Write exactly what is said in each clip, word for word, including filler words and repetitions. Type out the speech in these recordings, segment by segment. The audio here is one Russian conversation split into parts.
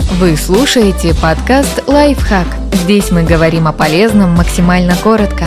Вы слушаете подкаст «Лайфхак». Здесь мы говорим о полезном максимально коротко.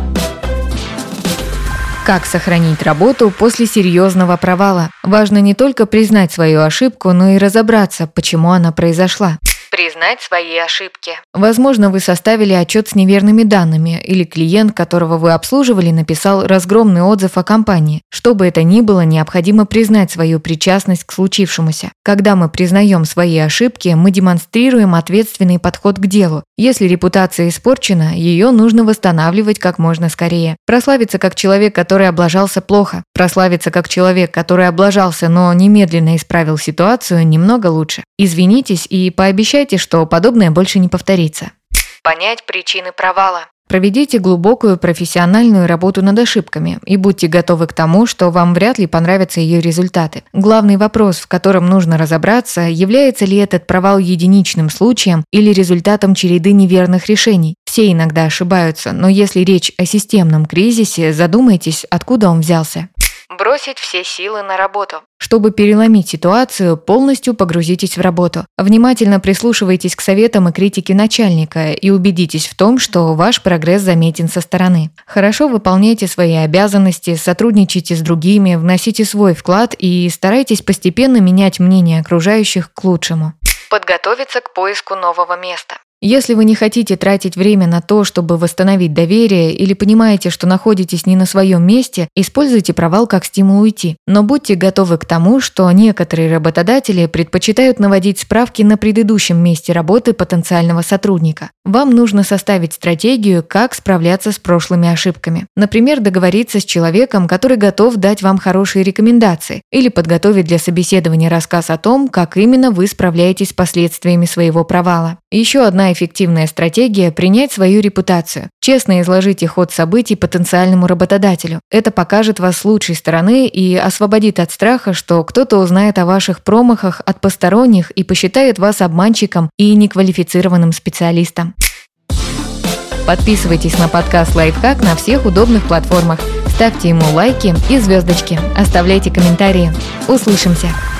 Как сохранить работу после серьезного провала? Важно не только признать свою ошибку, но и разобраться, почему она произошла. Признать свои ошибки. Возможно, вы составили отчет с неверными данными, или клиент, которого вы обслуживали, написал разгромный отзыв о компании. Что бы это ни было, необходимо признать свою причастность к случившемуся. Когда мы признаем свои ошибки, мы демонстрируем ответственный подход к делу. Если репутация испорчена, ее нужно восстанавливать как можно скорее. Прославиться как человек, который облажался, плохо. Прославиться как человек, который облажался, но немедленно исправил ситуацию, немного лучше. Извинитесь и пообещайте, что подобное больше не повторится. Понять причины провала. Проведите глубокую профессиональную работу над ошибками и будьте готовы к тому, что вам вряд ли понравятся ее результаты. Главный вопрос, в котором нужно разобраться, является ли этот провал единичным случаем или результатом череды неверных решений. Все иногда ошибаются, но если речь о системном кризисе, задумайтесь, откуда он взялся. Бросить все силы на работу. Чтобы переломить ситуацию, полностью погрузитесь в работу. Внимательно прислушивайтесь к советам и критике начальника и убедитесь в том, что ваш прогресс заметен со стороны. Хорошо выполняйте свои обязанности, сотрудничайте с другими, вносите свой вклад и старайтесь постепенно менять мнение окружающих к лучшему. Подготовиться к поиску нового места. Если вы не хотите тратить время на то, чтобы восстановить доверие, или понимаете, что находитесь не на своем месте, используйте провал как стимул уйти. Но будьте готовы к тому, что некоторые работодатели предпочитают наводить справки на предыдущем месте работы потенциального сотрудника. Вам нужно составить стратегию, как справляться с прошлыми ошибками. Например, договориться с человеком, который готов дать вам хорошие рекомендации, или подготовить для собеседования рассказ о том, как именно вы справляетесь с последствиями своего провала. Еще одна эффективная стратегия – принять свою репутацию. Честно изложите ход событий потенциальному работодателю. Это покажет вас с лучшей стороны и освободит от страха, что кто-то узнает о ваших промахах от посторонних и посчитает вас обманщиком и неквалифицированным специалистом. Подписывайтесь на подкаст «Лайфхак» на всех удобных платформах. Ставьте ему лайки и звездочки. Оставляйте комментарии. Услышимся!